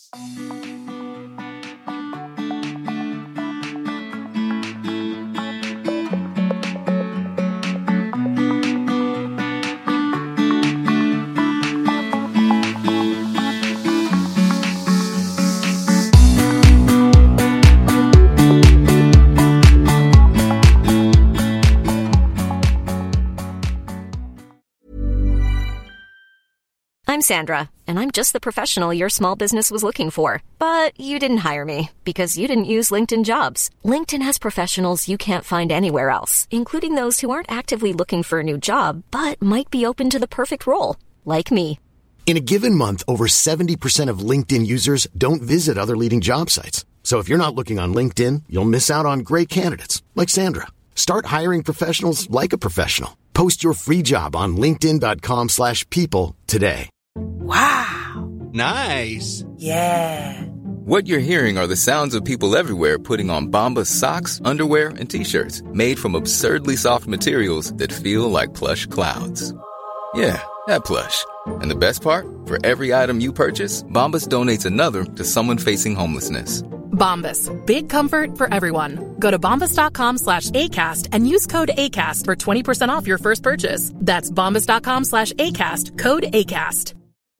I'm Sandra, and I'm just the professional your small business was looking for. But you didn't hire me because you didn't use LinkedIn Jobs. LinkedIn has professionals you can't find anywhere else, including those who aren't actively looking for a new job, but might be open to the perfect role, like me. In a given month, over 70% of LinkedIn users don't visit other leading job sites. So if you're not looking on LinkedIn, you'll miss out on great candidates like Sandra. Start hiring professionals like a professional. Post your free job on linkedin.com/people today. Wow. Nice. Yeah. What you're hearing are the sounds of people everywhere putting on Bombas socks, underwear, and T-shirts made from absurdly soft materials that feel like plush clouds. Yeah, that plush. And the best part? For every item you purchase, Bombas donates another to someone facing homelessness. Bombas. Big comfort for everyone. Go to bombas.com/ACAST and use code ACAST for 20% off your first purchase. That's bombas.com/ACAST. Code ACAST.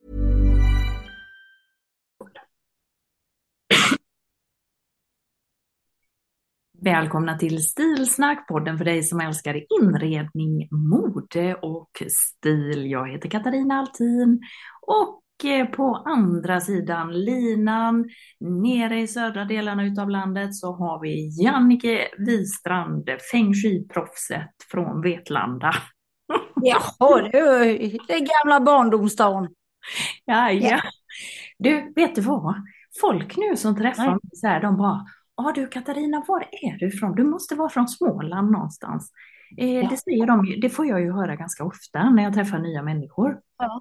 Välkomna till Stilsnack, podden för dig som älskar inredning, mode och stil. Jag heter Katarina Altin och på andra sidan linan, nere i södra delarna utav landet, så har vi Jannike Wistrand, feng shui-proffset från Vetlanda. Jaha, det är gamla barndomsdagen. Ja. Du, vet du vad? Folk nu som träffar mig så här, de bara: ja du Katarina, var är du ifrån? Du måste vara från Småland någonstans. Det säger de, det får jag ju höra ganska ofta när jag träffar nya människor. Ja.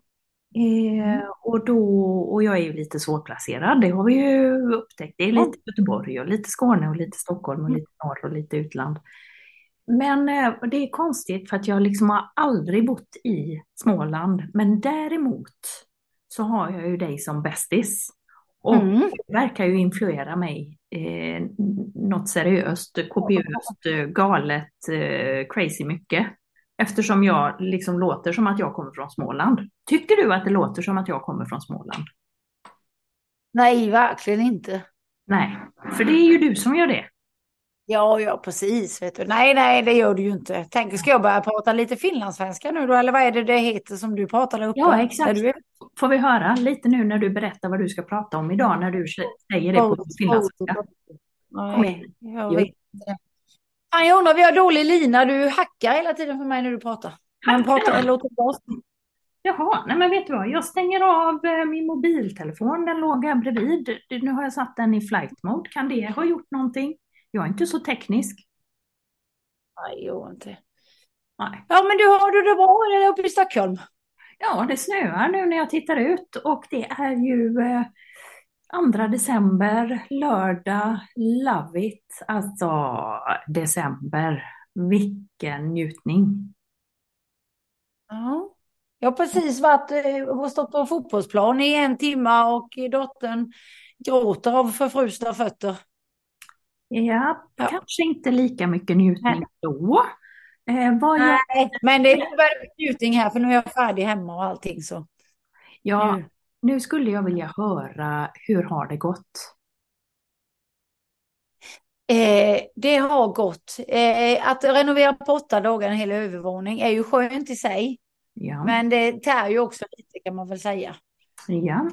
Och jag är ju lite svårplacerad, det har vi ju upptäckt. Det är lite Göteborg och lite Skåne och lite Stockholm och lite norr och lite utland. Men det är konstigt för att jag liksom har aldrig bott i Småland. Men däremot så har jag ju dig som bästis. Och det verkar ju influera mig något seriöst, kopiöst, galet, crazy mycket. Eftersom jag liksom låter som att jag kommer från Småland. Tycker du att det låter som att jag kommer från Småland? Nej, verkligen inte. Nej, för det är ju du som gör det. Ja, precis. Vet du. Nej, det gör du ju inte. Tänk, ska jag börja prata lite finlandssvenska nu då? Eller vad är det heter som du pratar där uppe? Ja, exakt. Får vi höra lite nu när du berättar vad du ska prata om idag, när du säger det på finlandssvenska? Nej, jag vet inte. Jag undrar, vi har dålig lina. Du hackar hela tiden för mig när du pratar. Man pratar, låter bra. Jaha, nej men vet du vad? Jag stänger av min mobiltelefon. Den låg här bredvid. Nu har jag satt den i flight mode. Kan det ha gjort någonting? Jag är inte så teknisk. Nej, jag inte. Nej. Ja, men du har det bra eller uppe i Stockholm? Ja, det snöar nu när jag tittar ut. Och det är ju 2 december, lördag, love it. Alltså, december. Vilken njutning. Ja. Jag har precis stått på fotbollsplan i 1 timme och dottern gråter av förfrusna fötter. Ja, kanske inte lika mycket njutning då. Nej, men det är väldigt njutning här för nu är jag färdig hemma och allting så. Ja, nu skulle jag vilja höra, hur har det gått? Det har gått. Att renovera på 8 dagar en hel övervåning är ju skönt i sig. Ja. Men det tär ju också lite kan man väl säga. Ja.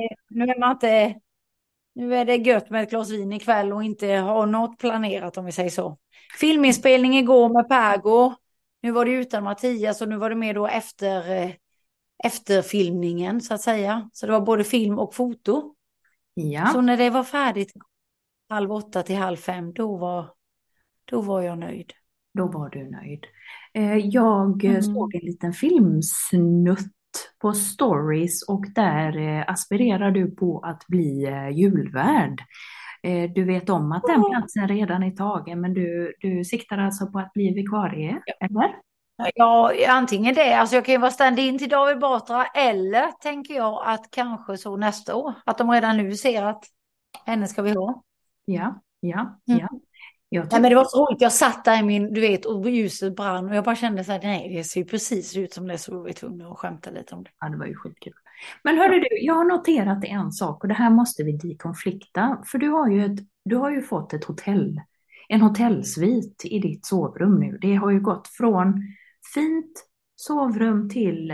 Nu är det gött med ett glas vin ikväll och inte ha något planerat om vi säger så. Filminspelning igår med Pergo. Nu var det utan Mattias och nu var det med då efter filmningen så att säga. Så det var både film och foto. Ja. Så när det var färdigt 7:30 till 5:30 då var jag nöjd. Då var du nöjd. Jag såg en liten filmsnutt på stories och där aspirerar du på att bli julvärd. Du vet om att den platsen redan är tagen, men du siktar alltså på att bli vikarie, eller? Ja, antingen det. Alltså jag kan ju vara stand-in till David Batra eller tänker jag att kanske så nästa år. Att de redan nu ser att henne ska vi ha. Ja, ja, Mm. ja. Jag Nej, tycker, men det var så roligt. Jag satt där i min, du vet, och ljuset brann och jag bara kände så här, nej, det ser ju precis ut som det, så vi var tvungna att skämta lite om det. ja, det var ju skitkul. Men hörru du, jag har noterat en sak och det här måste vi dekonflikta. För du har ju fått ett hotell, en hotellsvit i ditt sovrum nu. Det har ju gått från fint sovrum till,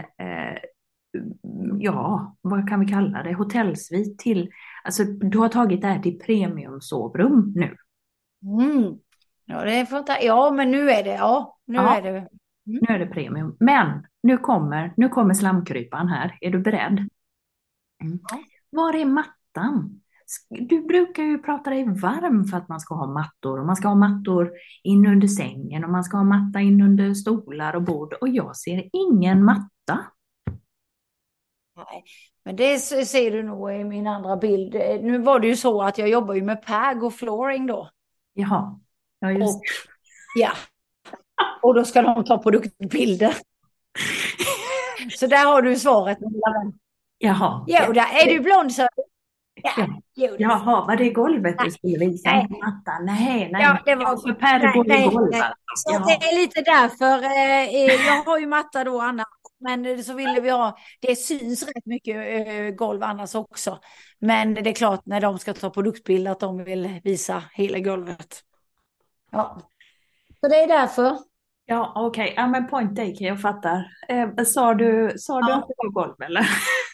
ja, vad kan vi kalla det, hotellsvit till, alltså du har tagit det här till premiumsovrum nu. Mm. Ja, det får inte, ja, men nu är det, ja, nu Ja. är det. Mm. Nu är det premium. Men nu kommer slamkryparen här. Är du beredd? Mm. Ja. Var är mattan? Du brukar ju prata dig varm för att man ska ha mattor. Och man ska ha mattor in under sängen och man ska ha matta in under stolar och bord. Och jag ser ingen matta. Nej, men det ser du nog i min andra bild. Nu var det ju så att jag jobbar ju med PAG och flooring då. Jaha, ja just Och, ja. Och då ska de ta produktbilder. Så där har du svaret. Jaha. Jo, där är du blond så. Ja, Ja. jo, det. Jaha, var det golvet du skulle visa? Nej. Inte mattan? Nej. Ja, det var för pergolv. nej. Så det är lite därför. Jag har ju matta då annars. Men så ville vi ha, det syns rätt mycket golv annars också. Men det är klart när de ska ta produktbild att de vill visa hela golvet. Ja. Så det är därför. Ja, okej. Ja, men point taken, jag fattar. Sa du att det var golv eller?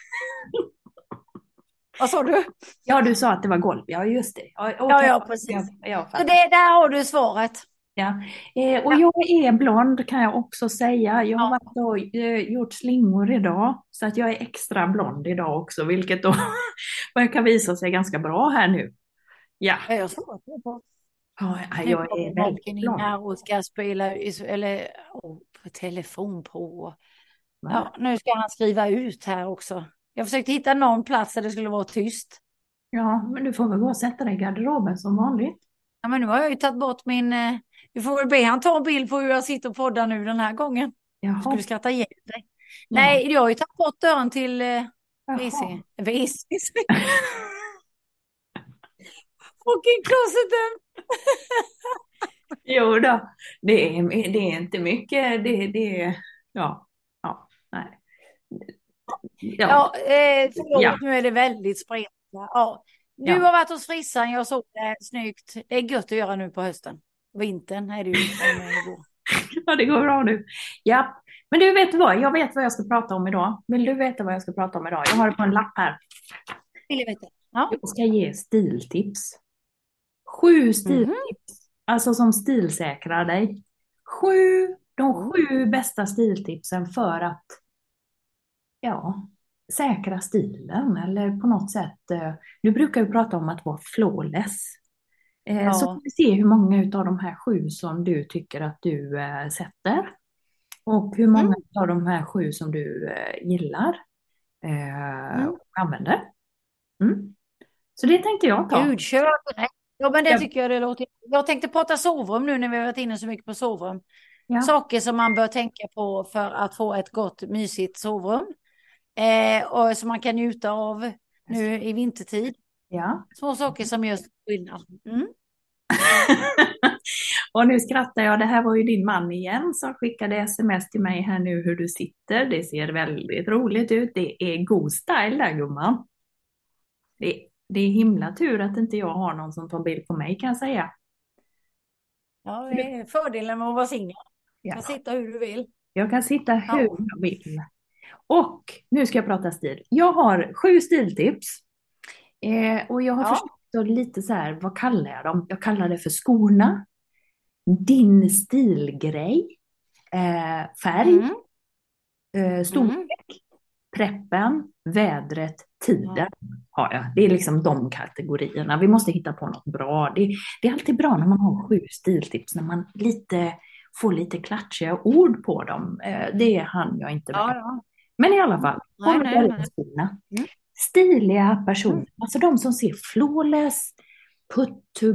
Vad sa du? Ja, du sa att det var golv. Ja, just det. Ja, Ja, precis. Jag Så fattar. där har du svaret. Ja. Och jag är blond kan jag också säga. Jag har varit och gjort slingor idag. Så att jag är extra blond idag också. Vilket då kan visa sig ganska bra här nu. Ja, Jag sa att det var. ja Nu jag kommer är Malin väldigt in blond. här och ska spela eller på telefon på. Va? Ja, nu ska han skriva ut här också. Jag försökte hitta någon plats där det skulle vara tyst. Ja, men du får väl gå och sätta dig i garderoben som vanligt. Ja, men nu har jag ju tagit bort min. Vi får väl be han ta en bild på hur jag sitter och poddar nu den här gången. Jaha. Skulle skratta ihjäl dig. Ja. Nej, jag har ju tagit bort dörren till WC. Jaha. WC. Fucking closeten. Jo då, det är inte mycket. Det är, ja, nej. Ja, förlåt, Ja. nu är det väldigt spretigt. Ja. Du Ja. har varit hos frissan, jag såg det, snyggt. Det är gött att göra nu på hösten. Vintern är det ju. Ja, det går bra nu. Ja, men du vet vad, jag vet vad jag ska prata om idag. Vill du veta vad jag ska prata om idag? Jag har det på en lapp här. Vill jag veta. Ja. Jag ska ge stiltips. 7 stiltips, alltså som stilsäkrar dig. De 7 bästa stiltipsen för att säkra stilen eller på något sätt. Du brukar ju prata om att vara flawless. Så får vi se hur många av de här 7 som du tycker att du sätter. Och hur många av de här 7 som du gillar och använder. Så det tänkte jag ta. Gud, kör. Ja, men det tycker jag det låter. Jag tänkte prata sovrum nu när vi har varit inne så mycket på sovrum. Ja. Saker som man bör tänka på för att få ett gott, mysigt sovrum. Och som man kan njuta av nu i vintertid. Ja. Små saker som gör skillnad. Och nu skrattar jag. Det här var ju din man igen som skickade sms till mig här nu hur du sitter. Det ser väldigt roligt ut. Det är god style där, gumman. Det är himla tur att inte jag har någon som tar bild på mig kan jag säga. Ja, det är fördelen med att vara singel. Ja. Du kan sitta hur du vill. Jag kan sitta hur jag vill. Och nu ska jag prata stil. Jag har 7 stiltips. Och jag har försökt att lite så här, vad kallar jag dem? Jag kallar det för skorna. Din stilgrej. Färg. Storlek. Preppen. Vädret. Tiden har jag. Det är liksom de kategorierna. Vi måste hitta på något bra. Det är alltid bra när man har 7 stiltips. När man får lite klatschiga ord på dem. Det hann jag inte med. Ja. Men i alla fall. Stiliga personer. Alltså de som ser flawless, put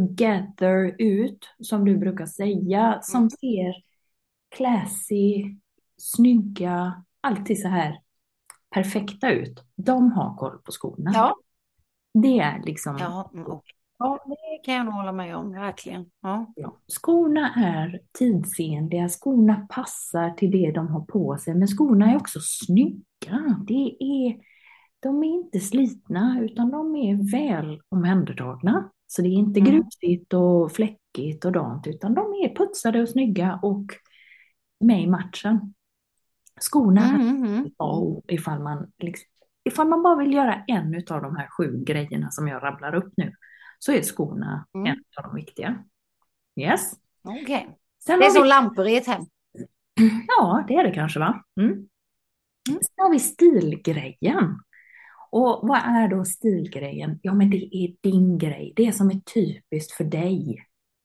together ut. Som du brukar säga. Som ser classy, snygga, alltid så här perfekta ut, de har koll på skorna. Ja, Det är liksom, ja, okej. Ja, det kan jag nog hålla med om, verkligen. Ja. ja, skorna är tidsenliga, skorna passar till det de har på sig, men skorna är också snygga. De är inte slitna utan de är väl omhändertagna. Så det är inte grusigt och fläckigt och dant, utan de är putsade och snygga och med i matchen. Skorna är bra ifall man bara vill göra en av de här 7 grejerna som jag rabblar upp nu, så är skorna en av de viktiga. Yes. Okej. Sen Det är har vi, som lampor i ett hem. ja, det är det kanske, va? Sen har vi stilgrejen. Och vad är då stilgrejen? Ja, men det är din grej. Det som är typiskt för dig.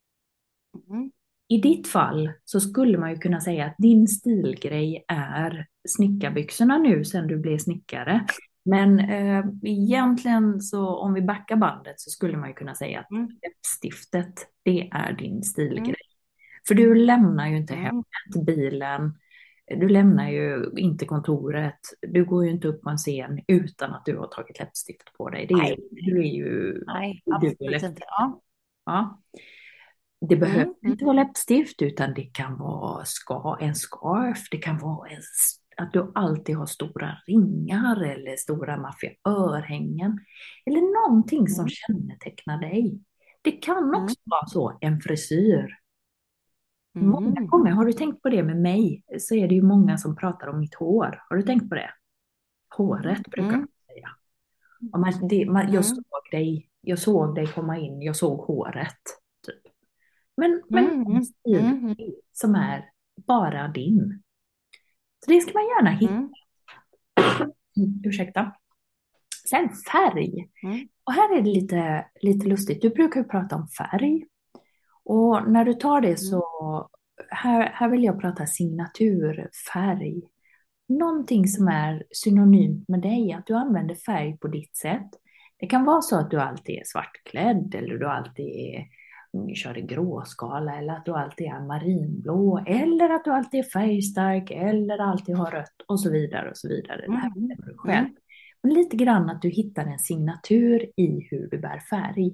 I ditt fall så skulle man ju kunna säga att din stilgrej är snickarbyxorna nu sen du blev snickare. Men egentligen så om vi backar bandet så skulle man ju kunna säga att läppstiftet, det är din stilgrej. För du lämnar ju inte hemmet, bilen, du lämnar ju inte kontoret, du går ju inte upp på en scen utan att du har tagit läppstift på dig. Du är ju... Nej, absolut inte. Ja. Ja. Det behöver inte vara läppstift, utan det kan vara en scarf, det kan vara att du alltid har stora ringar eller stora maffiga örhängen eller någonting som kännetecknar dig. Det kan också vara så, en frisyr. Många gånger, har du tänkt på det med mig, så är det ju många som pratar om mitt hår. Har du tänkt på det? Håret brukar man säga. Och jag såg dig komma in, jag såg håret. Typ. Men en stil som är bara din. Så det ska man gärna hitta. Ursäkta. Sen färg. Och här är det lite lustigt. Du brukar ju prata om färg. Och när du tar det så, här vill jag prata signaturfärg. Någonting som är synonymt med dig, att du använder färg på ditt sätt. Det kan vara så att du alltid är svartklädd, eller du alltid kör i gråskala, eller att du alltid är marinblå, eller att du alltid är färgstark, eller alltid har rött och så vidare och så vidare. Det här bestämmer du själv. Men lite grann att du hittar en signatur i hur du bär färg.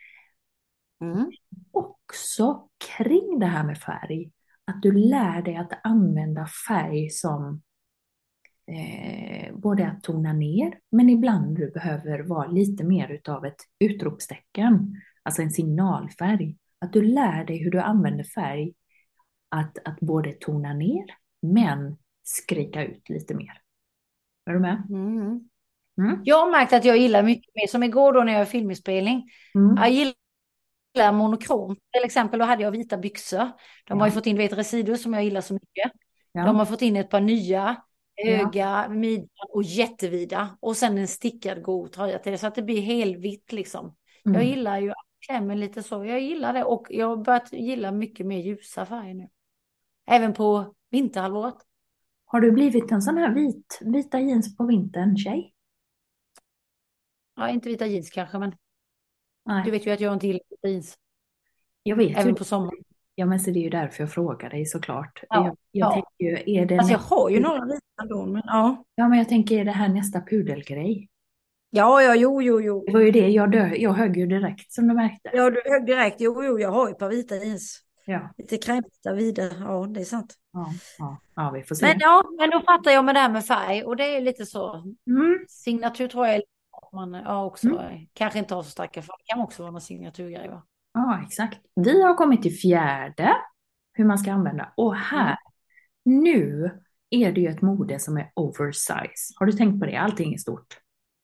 Också kring det här med färg, att du lär dig att använda färg som både att tona ner, men ibland du behöver vara lite mer utav ett utropstecken, alltså en signalfärg. Att du lär dig hur du använder färg att både tona ner men skrika ut lite mer. Är du med? Jag har märkt att jag gillar mycket mer, som igår då när jag gör filminspelning. Jag gillar monokrom. Till exempel då hade jag vita byxor. De har ju fått in Residuo som jag gillar så mycket. De har fått in ett par nya, höga, midjan och jättevida. Och sen en stickad god tröja till det, så att det blir helvitt liksom. Jag gillar ju klämmen lite så. Jag gillar det, och jag har börjat gilla mycket mer ljusa färger nu. Även på vinterhalvåret. Har du blivit en sån här vita jeans på vintern, tjej? Ja, inte vita jeans kanske, men Nej. du vet ju att jag inte gillar vita jeans. Jag vet även ju. På sommaren. Ja, men så det är ju därför jag frågar dig såklart. Ja, jag tänker ju, är det alltså jag har ju några vita då, men ja. Ja, men jag tänker, är det här nästa pudelgrej? Ja, jo. Det var ju det, jag högg ju direkt som du märkte. Ja, du högg direkt. Jo, jag har ju ett par vita jeans. Ja. Lite krämta vida. Ja, det är sant. Ja, vi får se. Men då fattar jag med det här med färg. Och det är lite så. Signatur tror jag man också kanske inte har så starka färg. Det kan också vara någon signaturgrej, va? Ja, exakt. Vi har kommit till 4:e, hur man ska använda. Och här, nu är det ju ett mode som är oversize. Har du tänkt på det? Allting är stort.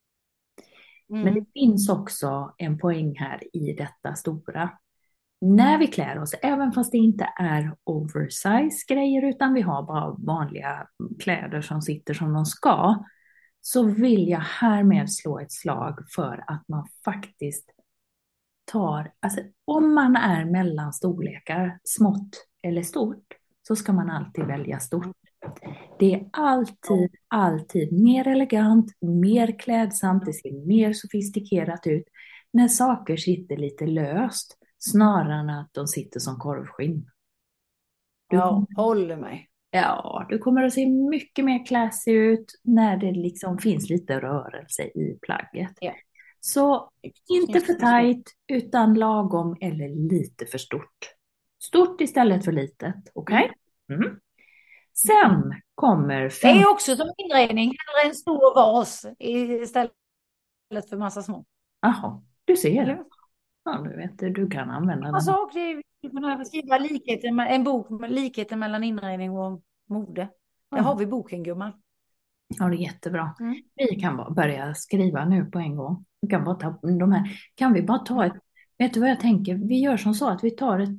Men det finns också en poäng här i detta stora. När vi klär oss, även fast det inte är oversize grejer, utan vi har bara vanliga kläder som sitter som de ska, så vill jag härmed slå ett slag för att man faktiskt alltså om man är mellan storlekar, smått eller stort, så ska man alltid välja stort. Det är alltid mer elegant, mer klädsamt, det ser mer sofistikerat ut när saker sitter lite löst, snarare än att de sitter som korvskinn. Ja, håller mig. Ja, du kommer att se mycket mer classy ut när det liksom finns lite rörelse i plagget. Ja. Så inte för tajt utan lagom eller lite för stort. Stort istället för litet, okej? Mm. Sen kommer Det är också som inredning, hellre en stor vas istället för massa små. Jaha, du ser. Eller? Ja, du vet, du kan använda den. Alltså, det är, vi kan skriva en bok med likheten mellan inredning och mode. Där har vi boken, gumman. Ja, det är jättebra. Mm. Vi kan bara börja skriva nu på en gång. Vi kan bara ta de här. Kan vi bara ta ett, vet du vad jag tänker? Vi gör som så att vi tar ett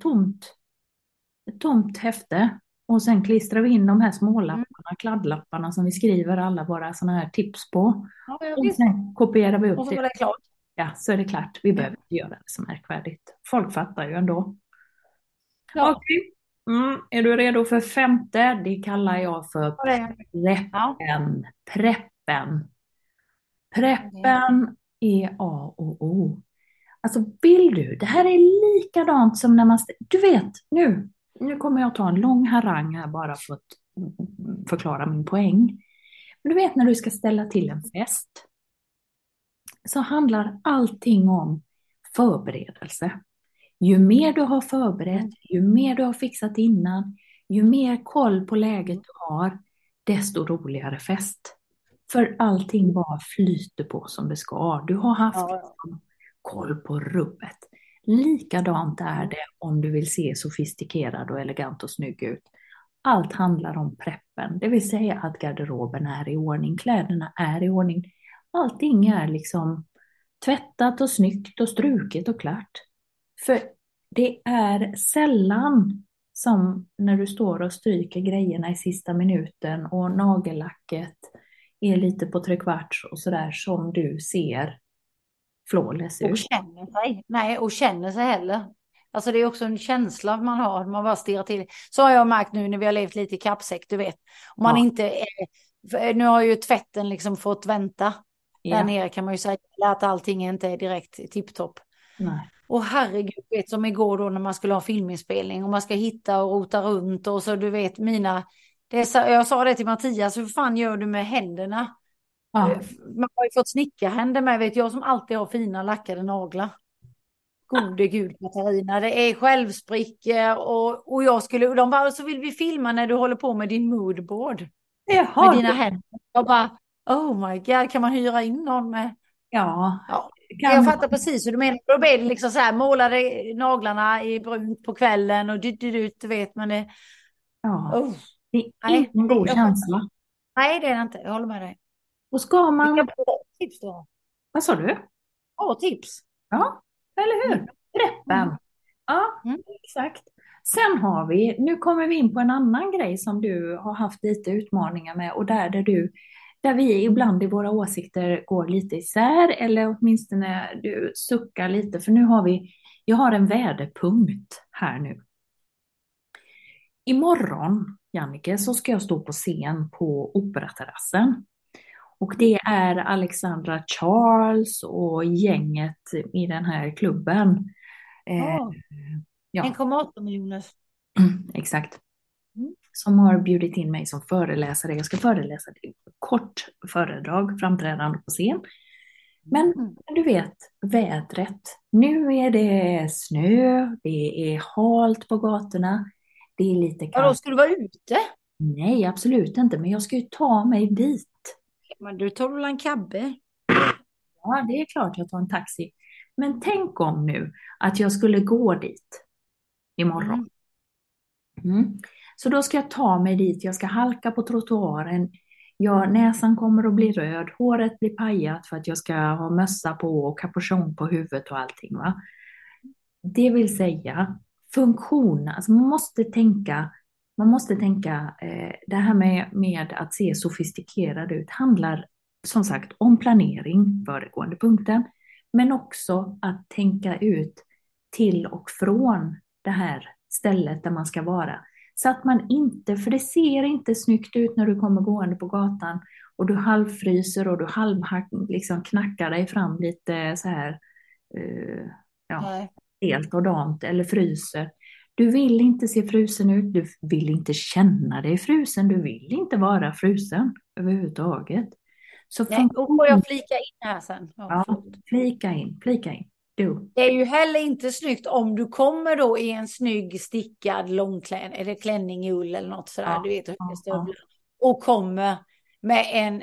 tomt häfte och sen klistrar vi in de här smålapparna, kladdlapparna som vi skriver alla våra sådana här tips på. Ja, Och sen kopierar vi upp och så det. var det klart. Ja, så är det klart. Vi behöver inte göra det så märkvärdigt. Folk fattar ju ändå. Ja. Okej. Är du redo för femte? Det kallar jag för preppen. Preppen. Preppen är A och O. Alltså vill du, det här är likadant som när man, du vet, nu kommer jag ta en lång harang här bara för att förklara min poäng. Men du vet när du ska ställa till en fest så handlar allting om förberedelse. Ju mer du har förberett, ju mer du har fixat innan, ju mer koll på läget du har, desto roligare fest. För allting bara flyter på som det ska. Du har haft koll på rubbet. Likadant är det om du vill se sofistikerad och elegant och snygg ut. Allt handlar om preppen, det vill säga att garderoben är i ordning, kläderna är i ordning. Allting är liksom tvättat och snyggt och struket och klart. För det är sällan som när du står och stryker grejerna i sista minuten och nagellacket är lite på trekvarts och sådär som du ser flawless ut. Och känner sig. Nej, och känner sig heller. Alltså det är också en känsla man har, man bara stirrar till. Så har jag märkt nu när vi har levt lite i kappsäck, du vet. Om man inte är, nu har ju tvätten liksom fått vänta. Där nere kan man ju säga att allting inte är direkt tipptopp. Nej. Och herregud, vet som igår då när man skulle ha filminspelning och man ska hitta och rota runt och så du vet jag sa det till Mattias, hur fan gör du med händerna? Ja. Man har ju fått snickarhänder med, vet jag som alltid har fina lackade naglar. Gode gud Katarina, det är självsprickor och jag skulle, de bara, så vill vi filma när du håller på med din moodboard. Jaha. Med dina händer. Jag bara, oh my god, kan man hyra in någon med? Ja. Jag fattar precis hur du menar. Då blir det liksom så här, målade naglarna i brunt på kvällen och du vet man det. Ja. Det är inte en god känsla. Nej, det är det inte. Jag håller med dig. Och ska man... Vilka bra tips då? Vad sa du? Bra tips. Ja, eller hur? Preppen. Ja, exakt. Sen har vi, nu kommer vi in på en annan grej som du har haft lite utmaningar med och där vi ibland i våra åsikter går lite isär eller åtminstone du suckar lite för jag har en väderpunkt här nu. Imorgon, Jannike, så ska jag stå på scen på Operaterrassen. Och det är Alexandra Charles och gänget i den här klubben. 1,8 miljoner. Exakt. Som har bjudit in mig som föreläsare. Jag ska föreläsa ett kort föredrag, framträdande på scen. Men du vet, vädret. Nu är det snö, det är halt på gatorna. Det är lite kallt. Ja, då ska du vara ute? Nej, absolut inte. Men jag ska ju ta mig dit. Men du tar väl en kabbe? Ja, det är klart jag tar en taxi. Men tänk om nu att jag skulle gå dit imorgon. Så då ska jag ta mig dit. Jag ska halka på trottoaren. Näsan kommer att bli röd. Håret blir pajat för att jag ska ha mössa på och kapuschong på huvudet och allting. Va? Det vill säga funktion. Alltså man måste tänka det här med att se sofistikerad ut handlar som sagt om planering, föregående punkten, men också att tänka ut till och från det här stället där man ska vara. Så att man inte, för det ser inte snyggt ut när du kommer gående på gatan och du halvfryser och du liksom knackar dig fram lite så här helt och dant eller fryser. Du vill inte se frusen ut, du vill inte känna dig frusen, du vill inte vara frusen överhuvudtaget. Så Nej, och får funktion, jag flika in här sen? Ja, ja, förlåt. flika in. Du. Det är ju heller inte snyggt om du kommer då i en snygg stickad långklänning eller klänning i ull eller något sådär, Ja, du vet, ja, stövlar, och kommer med en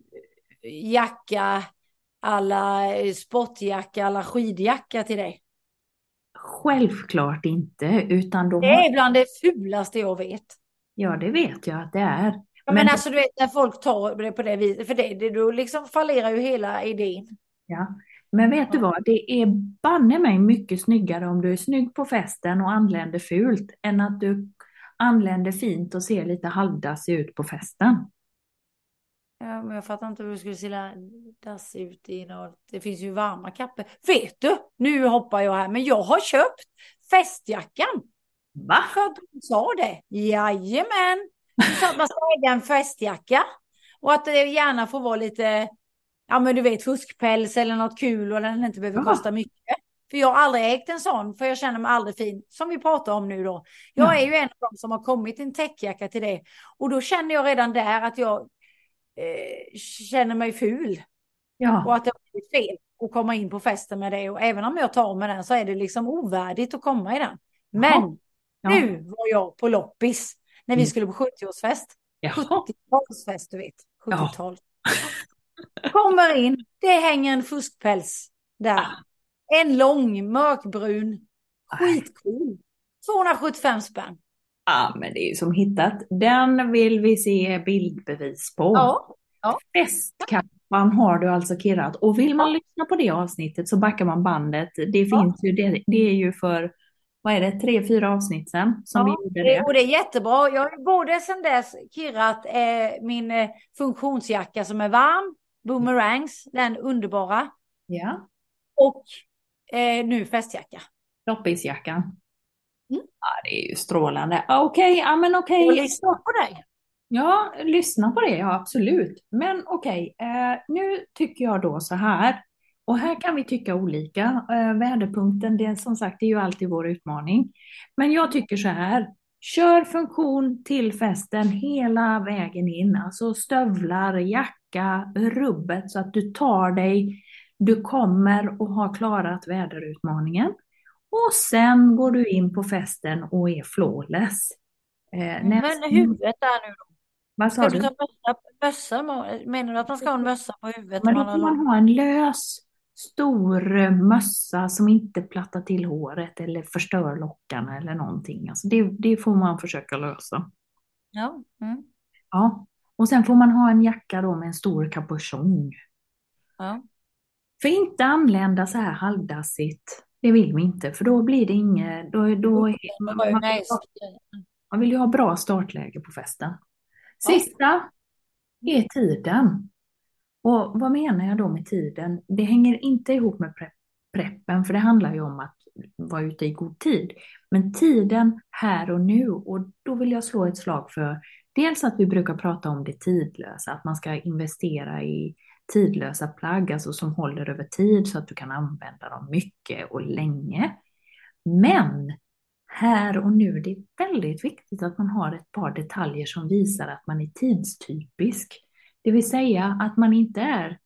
jacka alla sportjacka alla skidjacka till dig. självklart inte, utan då Det har, är bland det fulaste jag vet. ja det vet jag att det är. Ja, men alltså du vet när folk tar det på det viset, för det då liksom fallerar ju hela idén. Ja. Men vet du vad, det är banne mig mycket snyggare om du är snygg på festen och anländer fult än att du anländer fint och ser lite halvdassig ut på festen. Ja, men jag fattar inte hur du skulle se dass ut i något. Det finns ju varma kappor. Vet du, nu hoppar jag här, men jag har köpt festjackan. Va? För att du sa det. Jajamän. Du sa att man ska äga en festjacka. Och att det gärna får vara lite, ja men du vet, fuskpäls eller något kul och den inte behöver kosta mycket. För jag har aldrig ägt en sån, för jag känner mig aldrig fin. Som vi pratar om nu då. Jag är ju en av dem som har kommit en täckjacka till det. Och då känner jag redan där att jag känner mig ful. Ja. Och att det är fel att komma in på festen med det. Och även om jag tar med den så är det liksom ovärdigt att komma i den. Men nu var jag på loppis när vi skulle på 70-årsfest. 70-talsfest, du vet. 70-tal. Kommer in, det hänger en fuskpäls där. En lång, mörkbrun, skitcool. 275 spänn. Ja, men det är ju som hittat. Den vill vi se bildbevis på. Ja. Festkappan har du alltså kirrat. Och vill man lyssna på det avsnittet så backar man bandet. Det finns ju, det är ju för, vad är det, 3-4 avsnitt sedan som vi gjorde det. Och det är jättebra. Jag har både sedan dess kirrat min funktionsjacka som är varm. Boomerangs, den underbara. Ja. Och nu festjacka. Loppisjackan. Ja, det är ju strålande. Okej. Och lyssna på dig. Ja, lyssna på det, ja absolut. Men okej, nu tycker jag då så här. Och här kan vi tycka olika. Väderpunkten, det är som sagt, det är ju alltid vår utmaning. Men jag tycker så här. Kör funktion till festen hela vägen in. Alltså stövlar, jacka, rubbet så att du tar dig. Du kommer och har klarat väderutmaningen. Och sen går du in på festen och är flawless. Men huvudet där nu då? Vad sa du? Ska du ta mössa? Menar du att man ska ha en mössa på huvudet? Men då får man ha en lös, stor mössa som inte plattar till håret eller förstör lockarna eller någonting. Alltså det får man försöka lösa. Ja. Ja. Och sen får man ha en jacka då med en stor kapuschong. Ja. För inte anlända så här halvdassigt. Det vill vi inte, för då blir det inget... Man vill ju ha bra startläge på festen. Sista är tiden. Och vad menar jag då med tiden? Det hänger inte ihop med preppen, för det handlar ju om att vara ute i god tid. Men tiden här och nu, och då vill jag slå ett slag för dels att vi brukar prata om det tidlösa, att man ska investera i tidlösa plagg, alltså som håller över tid så att du kan använda dem mycket och länge. Men här och nu, det är väldigt viktigt att man har ett par detaljer som visar att man är tidstypisk. Det vill säga att man inte är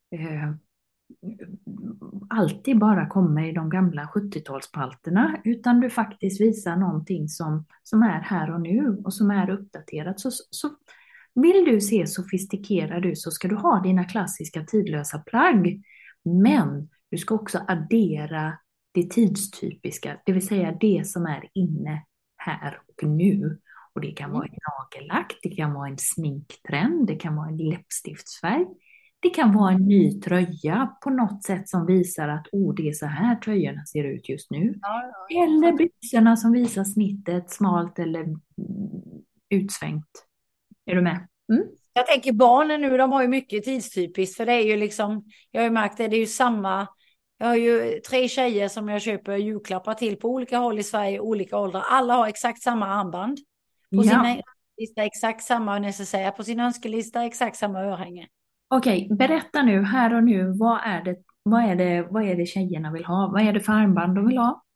alltid bara kommer i de gamla 70-talspalterna, utan du faktiskt visar någonting som är här och nu och som är uppdaterat. Så vill du se sofistikerad ut så ska du ha dina klassiska tidlösa plagg, men du ska också addera det tidstypiska, det vill säga det som är inne här och nu. Och det kan vara en nagellack, det kan vara en sminktrend, det kan vara en läppstiftsfärg, det kan vara en ny tröja på något sätt som visar att det är så här tröjorna ser ut just nu. Eller byxorna som visar snittet smalt eller utsvängt. Är du med? Jag tänker barnen nu, de har ju mycket tidstypiskt, för det är ju liksom, jag har ju märkt det är ju samma. Jag har ju 3 tjejer som jag köper julklappar till på olika håll i Sverige, olika åldrar. Alla har exakt samma armband. På sin önskelista exakt samma necessär. På sin önskelista exakt samma örhänge. Okej, berätta nu, här och nu, vad är det tjejerna vill ha? Vad är det för armband de vill ha?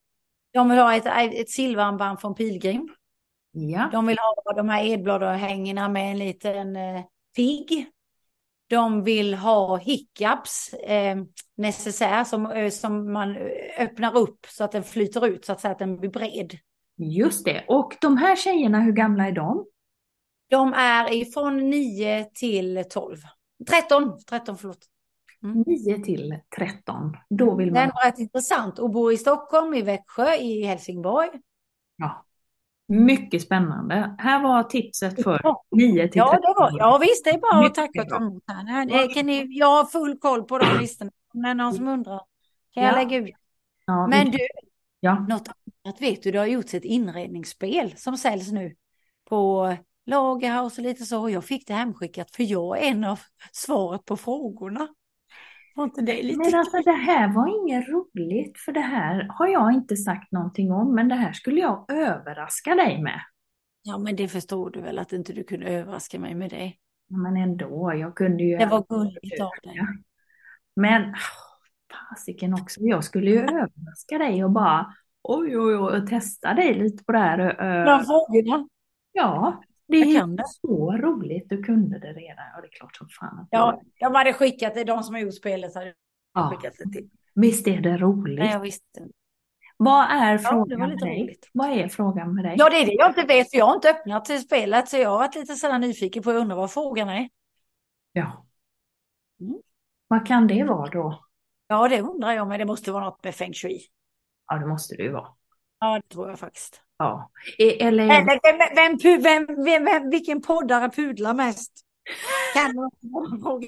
De vill ha ett silverarmband från Pilgrim. Ja. De vill ha de här edbladhängena med en liten pigg. De vill ha hiccups, necessär som man öppnar upp så att den flyter ut, så att säga, att den blir bred. Just det. Och de här tjejerna, hur gamla är de? De är ifrån 9 till 12. 13, förlåt. 9 till 13. Då vill Det man... är rätt intressant att bo i Stockholm, i Växjö, i Helsingborg. Ja. Mycket spännande. Här var tipset för 9 till 13. Ja, visst, det är bara att Mycket tacka och ta bra. emot här. Jag har full koll på de listorna. Om det är någon som undrar kan jag lägga ut. Ja, Men du, ja. något annat vet du, det har gjorts ett inredningsspel som säljs nu på Lagerhaus och lite så. Och jag fick det hemskickat för jag är en av svaret på frågorna. Var inte det lite... Men alltså det här var inget roligt, för det här har jag inte sagt någonting om, men det här skulle jag överraska dig med. Ja, men det förstår du väl att inte du kunde överraska mig med det. Men ändå, jag kunde ju... Det var gulligt av dig. Men, fasiken också, jag skulle ju överraska dig och bara, oj, och testa dig lite på det här. De frågorna. Ja, det Jag är kan det. så roligt, du kunde det redan. Ja, det är klart som fan. Ja, jag hade skickat det, de som har gjort spelet hade Ja. skickat det till. Visst är det roligt? Nej, jag visste inte. Vad är det frågan var med lite dig? roligt. Vad är frågan med dig? Ja, det är det jag inte vet, för jag har inte öppnat till spelet, så jag har varit lite sådär nyfiken på att undra vad frågan är. Ja. Mm. Vad kan det vara då? Ja, det undrar jag, men det måste vara något med feng shui. Ja, det måste det ju vara. Ja, det tror jag faktiskt. Ja. Eller... Vilken poddare pudlar mest? Kan du fråga?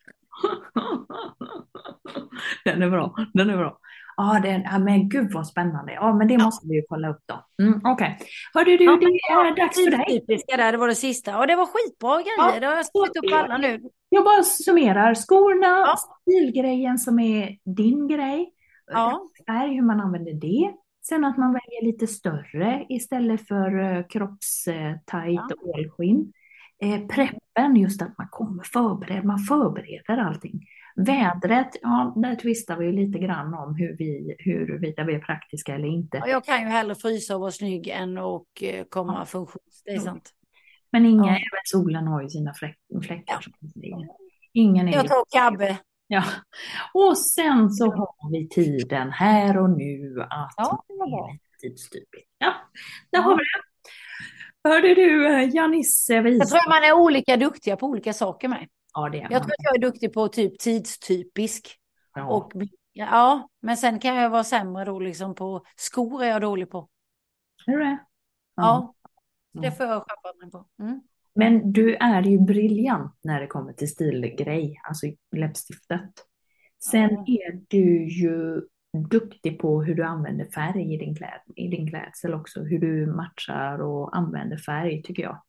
Den är bra, den är bra. Ja, men gud vad spännande. Ja, men det måste vi ju kolla upp då. Okej. Hörde du, det är dags för dig. Typiska där, det var det sista. Och det var skitbra grejer. Det har jag skrivit upp alla nu. Jag bara summerar. Skorna, stilgrejen som är din grej. Ja. Färg, hur man använder det. Sen att man väljer lite större istället för kroppstajt och ålskinn. Preppen, just att man kommer förberedd, man förbereder allting. Vädret, ja, där tvistar vi lite grann om huruvida vi är praktiska eller inte. Ja, jag kan ju hellre frysa och vara snygg än att komma funktions, det är sant. Men även solen har ju sina fläckar. Ingen är jag tar kabbe. Ja, och sen så har vi tiden här och nu att det var bra. Tidstypigt. Ja, där har vi det. Hörde du, Janisse Wies? Jag tror man är olika duktiga på olika saker med. Ja, det är man. Jag tror att jag är duktig på typ tidstypisk. Ja. Och, men sen kan jag vara sämre då liksom på skor är jag dålig på. Är du det? Ja, det får jag skärpa mig på. Mm. Men du är ju briljant när det kommer till stilgrej, alltså läppstiftet. Sen är du ju duktig på hur du använder färg i din klädsel också. Hur du matchar och använder färg, tycker jag.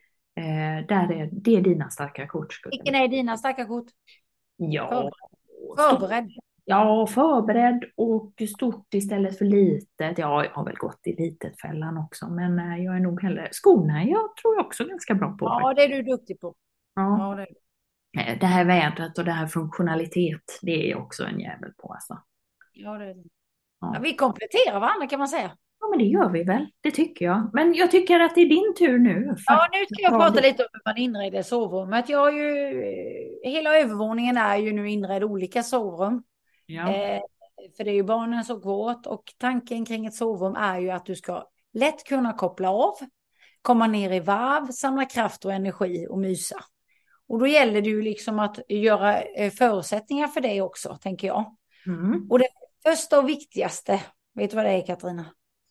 Det är dina starka kort. Vilken är dina starka kort? Ja. Förberedd. Ja, förberedd och stort istället för litet. Ja, jag har väl gått i litet-fällan också, men jag är nog hellre... Skorna jag tror jag också ganska bra på. Ja, det är du duktig på. Ja. Ja, det här vädret och det här funktionalitet, det är också en jävel på alltså. Ja, det är det. Ja, vi kompletterar varandra kan man säga. Ja, men det gör vi väl. Det tycker jag. Men jag tycker att det är din tur nu. Ja, nu ska jag prata lite om hur man inreder sovrummet. Hela övervåningen är ju nu inredd olika sovrum. Ja. För det är ju barnen så gråt och tanken kring ett sovrum är ju att du ska lätt kunna koppla av, komma ner i varv, samla kraft och energi och mysa. Och då gäller det ju liksom att göra förutsättningar för det också, tänker jag. Mm. Och det första och viktigaste, vet du vad det är, Katarina?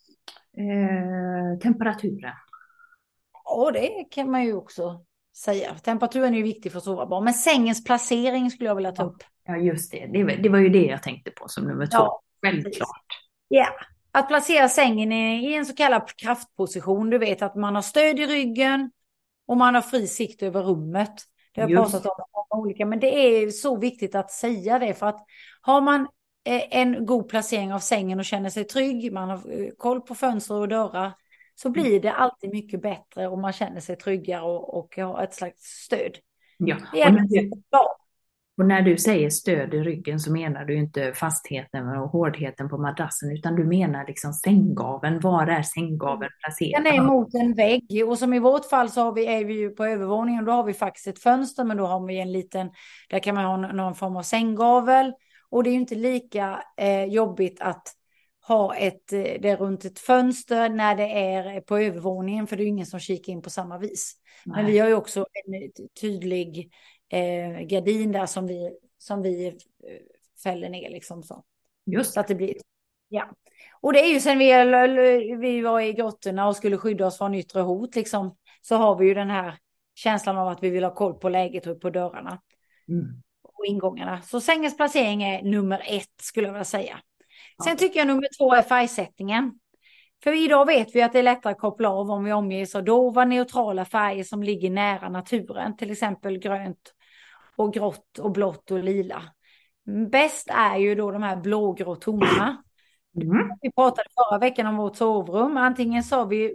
Temperaturen. Ja, det kan man ju också säga. Temperaturen är ju viktig för att sova bra. Men sängens placering skulle jag vilja ta upp. Ja, just det. Det var ju det jag tänkte på som nummer 2. Ja, självklart. Ja, att placera sängen i en så kallad kraftposition. Du vet att man har stöd i ryggen och man har fri sikt över rummet. Det har jag pratat om många olika. Men det är så viktigt att säga det. För att har man en god placering av sängen och känner sig trygg, man har koll på fönster och dörrar, så blir det alltid mycket bättre och man känner sig tryggare och har ett slags stöd. Ja. Det är bra. Och när du säger stöd i ryggen så menar du inte fastheten och hårdheten på madrassen, utan du menar liksom sänggaveln. Var är sänggaveln placerad? Den är mot en vägg, och som i vårt fall så är vi ju på övervåningen, då har vi faktiskt ett fönster, men då har vi en liten, där kan man ha någon form av sänggavel, och det är ju inte lika jobbigt att ha det runt ett fönster när det är på övervåningen, för det är ju ingen som kikar in på samma vis. Nej. Men vi har ju också en tydlig gardin där som vi fäller ner liksom så. Just Så att det blir, ja. Och det är ju sen vi var i grottorna och skulle skydda oss från yttre hot liksom, så har vi ju den här känslan av att vi vill ha koll på läget och på dörrarna och ingångarna. Så sängens placering är nummer 1 skulle jag vilja säga. Sen tycker jag nummer 2 är färgsättningen. För idag vet vi att det är lättare att koppla av om vi omges av dova neutrala färger som ligger nära naturen. Till exempel grönt och grått och blått och lila. Bäst är ju då de här blågrå tonerna. Vi pratade förra veckan om vårt sovrum. Antingen sa vi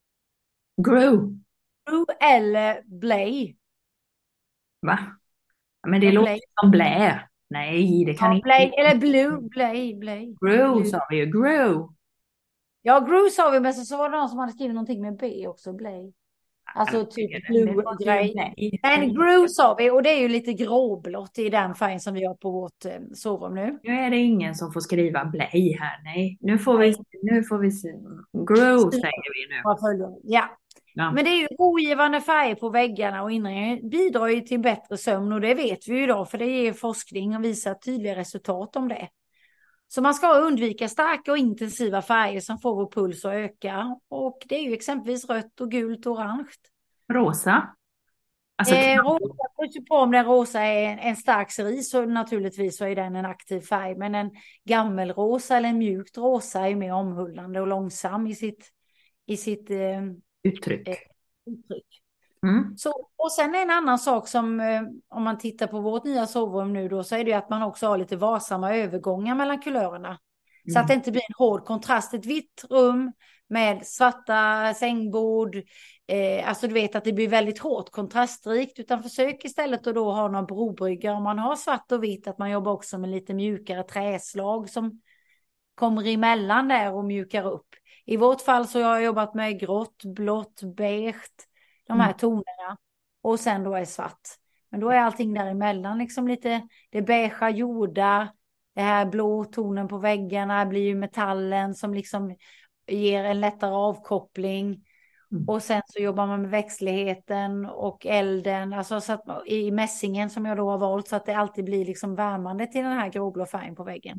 Grow. eller blay. Va? Men det låter som blä. Nej, det kan inte. Blay, eller blay. Grow sa vi ju. Grow. Ja, grow sa vi, men så var det någon som hade skrivit någonting med B också, blay. Alltså typ blue-grej. Men grow sa vi, och det är ju lite gråblått i den färgen som vi har på vårt sovrum nu. Nu är det ingen som får skriva blej här, nej. Nu får vi se. Grow säger vi nu. Ja. Men det är ju rogivande färger på väggarna och inredningen bidrar ju till bättre sömn, och det vet vi ju idag, för det är forskning och visar tydliga resultat om det. Så man ska undvika starka och intensiva färger som får vår puls att öka. Och det är ju exempelvis rött och gult och orange. Rosa? Alltså, rosa, på om den rosa är en stark cerise, så naturligtvis så är den en aktiv färg. Men en gammelrosa eller en mjukt rosa är mer omhullande och långsam i sitt uttryck. Så, och sen en annan sak som om man tittar på vårt nya sovrum nu då, så är det att man också har lite varsamma övergångar mellan kulörerna. Så att det inte blir en hård kontrast. Ett vitt rum med svarta sängbord. Alltså du vet att det blir väldigt hårt kontrastrikt. Utan försök istället att då ha någon brobrygga. Om man har svart och vitt, att man jobbar också med lite mjukare träslag som kommer emellan där och mjukar upp. I vårt fall så har jag jobbat med grått, blått, beige. De här tonerna. Och sen då är svart. Men då är allting däremellan liksom lite, det beigea jordar. Det här blå tonen på väggarna blir ju metallen som liksom ger en lättare avkoppling. Och sen så jobbar man med växtligheten och elden. Alltså så att, i mässingen som jag då har valt, så att det alltid blir liksom värmande till den här gråblå färgen på väggen.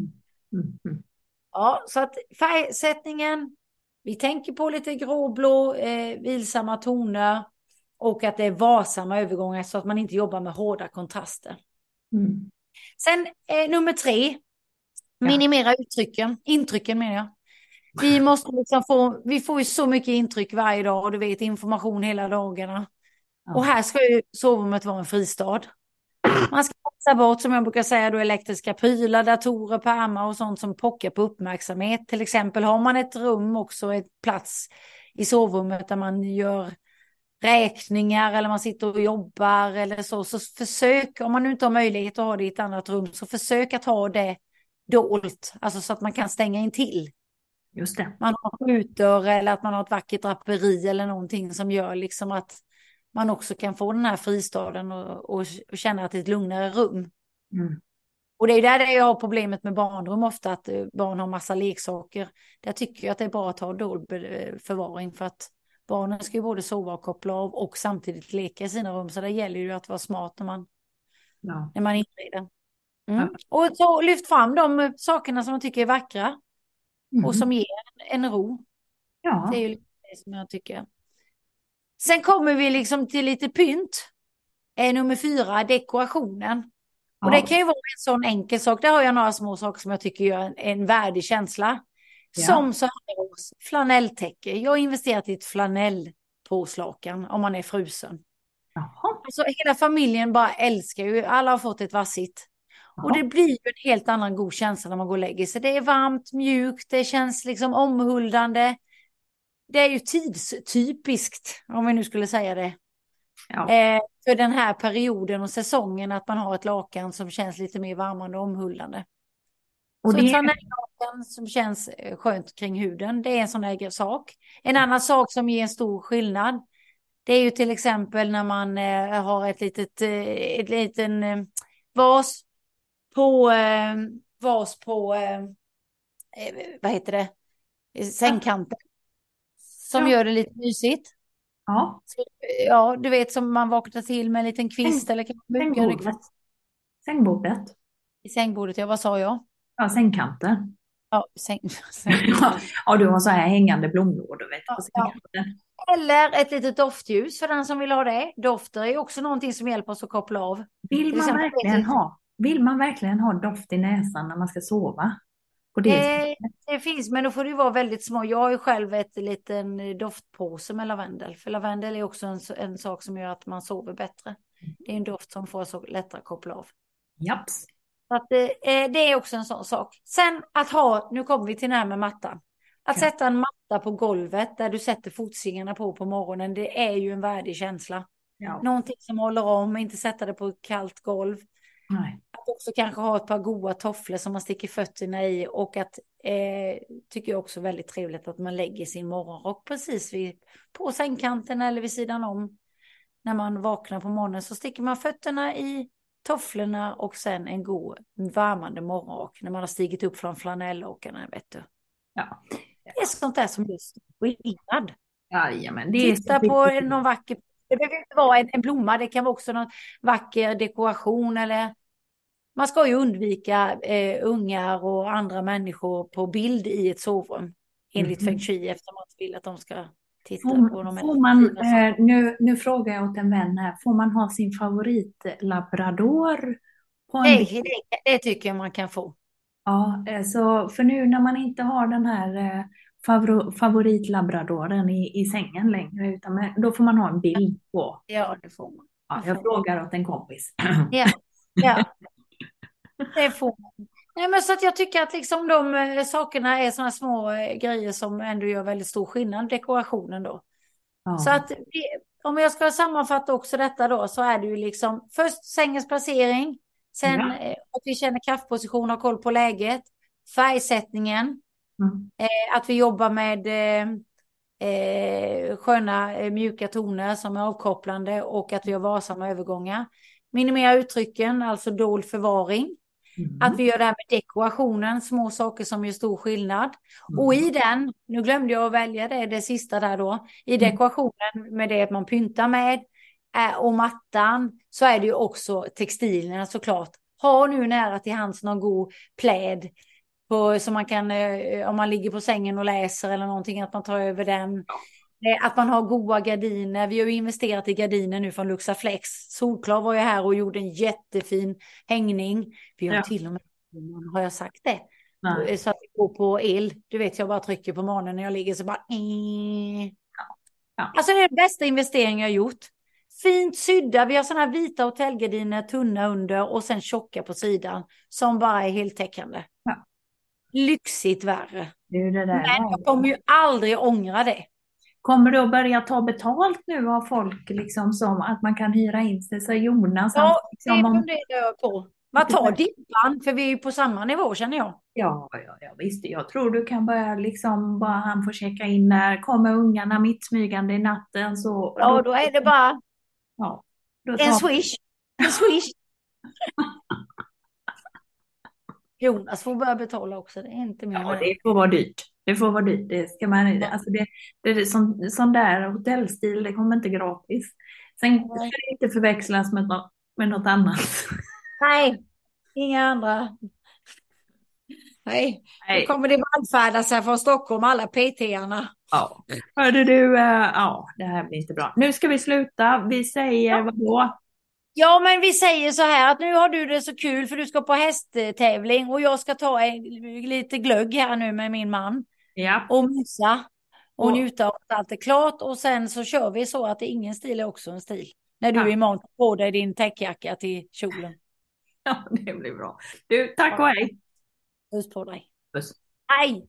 Ja, så att färgsättningen, vi tänker på lite gråblå, vilsamma toner. Och att det är varsamma övergångar så att man inte jobbar med hårda kontraster. Sen nummer 3. Minimera intrycken menar jag. Vi måste liksom vi får ju så mycket intryck varje dag, och du vet, information hela dagarna. Och här ska ju sovrummet vara en fristad. Man ska passa bort, som jag brukar säga, då elektriska prylar, datorer, pärmar och sånt som pockar på uppmärksamhet. Till exempel har man ett rum också, ett plats i sovrummet där man gör räkningar eller man sitter och jobbar eller så försök, om man nu inte har möjlighet att ha det i ett annat rum, så försök att ha det dolt, alltså så att man kan stänga in till. Just det. Man har skjuter eller att man har ett vackert draperi eller någonting som gör liksom att man också kan få den här fristaden och känna att det är ett lugnare rum. Och det är där jag har problemet med barnrum ofta, att barn har massa leksaker. Där tycker jag att det är bra att ha dold förvaring, för att barnen ska ju både sova och koppla av och samtidigt leka i sina rum. Så det gäller ju att vara smart när man inreder. Och så lyft fram de sakerna som man tycker är vackra. Och som ger en ro. Ja. Det är ju det som jag tycker. Sen kommer vi liksom till lite pynt. Nummer 4, dekorationen. Och det kan ju vara en sån enkel sak. Där har jag några små saker som jag tycker gör en värdig känsla. Som så här flanelltäcke. Jag har investerat i ett flanellpåslakan om man är frusen. Alltså hela familjen bara älskar ju. Alla har fått ett vassigt. Och det blir ju en helt annan god känsla när man går och lägger sig. Det är varmt, mjukt, det känns liksom omhuldande. Det är ju tidstypiskt, om vi nu skulle säga det. Ja. För den här perioden och säsongen, att man har ett lakan som känns lite mer varmande och omhullande. Och Så det ett flanelllakan som känns skönt kring huden, det är en sån här sak. En annan sak som ger en stor skillnad, det är ju till exempel när man har ett liten vas på vad heter det? Sängkanten. Som gör det lite mysigt. Ja. Så, ja, du vet, som man vaknar till med en liten kvist eller Sängbordet. I sängbordet, ja, vad sa jag? Ja, sängkanten. Ja, Ja, du har så här hängande blomlådor, vet du, på ja. sängkanten. Eller ett litet doftljus för den som vill ha det. Dofter är också någonting som hjälper oss att koppla av. Vill man verkligen ha doft i näsan när man ska sova? På det det finns, men då får det ju vara väldigt små. Jag har ju själv ett liten doftpåse med lavendel. För lavendel är också en sak som gör att man sover bättre. Det är en doft som får så lättare att koppla av. Japs. Så att, det är också en sån sak. Sen att nu kommer vi till det här med mattan. Att sätta en matta på golvet där du sätter fotsingarna på morgonen, det är ju en värdig känsla. Ja. Någonting som håller om, inte sätta det på ett kallt golv. Nej. Att också kanske ha ett par goda tofflor som man sticker fötterna i, och att tycker jag också väldigt trevligt att man lägger sin morgonrock precis på sängkanten eller vid sidan om. När man vaknar på morgonen så sticker man fötterna i tofflorna och sen en god värmande morgonrock när man har stigit upp från flanellåkarna, vet du. Ja. Det är sånt där som just skillnad. Jajamän, Titta på någon vacker, det behöver inte vara en blomma, det kan vara också någon vacker dekoration, eller man ska ju undvika ungar och andra människor på bild i ett sovrum enligt feng shui, eftersom man inte vill att de ska titta på dem. Får man, nu frågar jag åt en vän här, får man ha sin favoritlabrador på en det tycker jag man kan få. Ja, så för nu när man inte har den här favoritlabradoren i sängen längre, utan då får man ha en bild på. Ja, det får man. Ja, jag frågar åt en kompis. Ja. Det får man. Nej, men så att jag tycker att liksom de sakerna är sådana små grejer som ändå gör väldigt stor skillnad, dekorationen då. Ja. Så att om jag ska sammanfatta också detta då, så är det ju liksom först sängens placering, sen att vi känner kraftposition och koll på läget, färgsättningen, att vi jobbar med sköna mjuka toner som är avkopplande, och att vi har varsamma övergångar. Minimera uttrycken, alltså dold förvaring. Att vi gör det här med dekorationen, små saker som gör stor skillnad. Och i den, nu glömde jag att välja det sista där då, i dekorationen med det man pyntar med och mattan, så är det ju också textilerna såklart. Ha nu nära till hands någon god pläd som man kan, om man ligger på sängen och läser eller någonting, att man tar över den. Att man har goda gardiner. Vi har ju investerat i gardiner nu från Luxaflex. Solklar var ju här och gjorde en jättefin hängning. Vi har till och med, har jag sagt det? Nej. Så att det går på el. Du vet, jag bara trycker på morgonen när jag ligger så bara... Alltså det är den bästa investeringen jag har gjort. Fint sydda. Vi har sådana här vita hotellgardiner, tunna under och sen tjocka på sidan. Som bara är heltäckande. Ja. Lyxigt värre. Men jag kommer ju aldrig ångra det. Kommer du att börja ta betalt nu av folk, liksom, som att man kan hyra in sig, så Jonas? Ja, det funderar jag på. Vad tar Dippan? För vi är ju på samma nivå, känner jag. Ja, visst. Jag tror du kan börja liksom, bara han får checka in när kommer ungarna mitt smygande i natten. Så, ja, då är det bara en swish. En swish. Jonas får börja betala också, det är inte mer. Ja, det får vara dyrt. Det får vara dyrt. Det ska man, alltså det är sån där hotellstil, det kommer inte gratis. Sen ska det inte förväxlas med något annat. Nej, inga andra. Nej. Då kommer det vallfärda sig från Stockholm, alla PT-arna. Ja, hörde du, det här blir inte bra. Nu ska vi sluta. Vi säger vadå? Ja, men vi säger så här att nu har du det så kul för du ska på hästtävling och jag ska ta lite glögg här nu med min man. Ja. Och mysa och njuta av att allt är klart, och sen så kör vi så att ingen stil är också en stil. När du imorgon på dig din täckjacka till kjolen. Ja, det blir bra. Du, tack och hej. Puss på dig. Puss. Hej.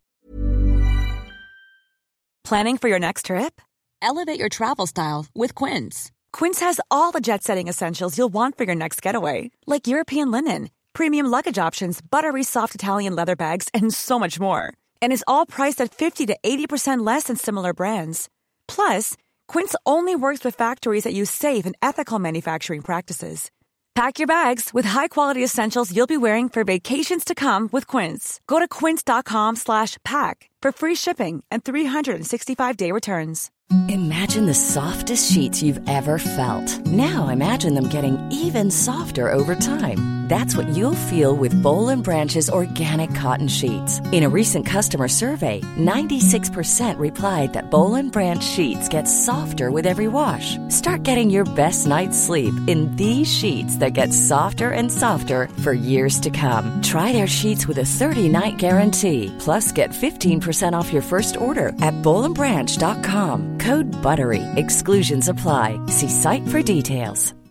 Planning for your next trip? Elevate your travel style with Quince. Quince has all the jet-setting essentials you'll want for your next getaway, like European linen, premium luggage options, buttery soft Italian leather bags, and so much more. And is all priced at 50 to 80% less than similar brands. Plus, Quince only works with factories that use safe and ethical manufacturing practices. Pack your bags with high-quality essentials you'll be wearing for vacations to come with Quince. Go to quince.com/pack for free shipping and 365-day returns. Imagine the softest sheets you've ever felt. Now imagine them getting even softer over time. That's what you'll feel with Boll & Branch's organic cotton sheets. In a recent customer survey, 96% replied that Boll & Branch sheets get softer with every wash. Start getting your best night's sleep in these sheets that get softer and softer for years to come. Try their sheets with a 30-night guarantee. Plus, get 15% off your first order at bollandbranch.com. Code BUTTERY. Exclusions apply. See site for details.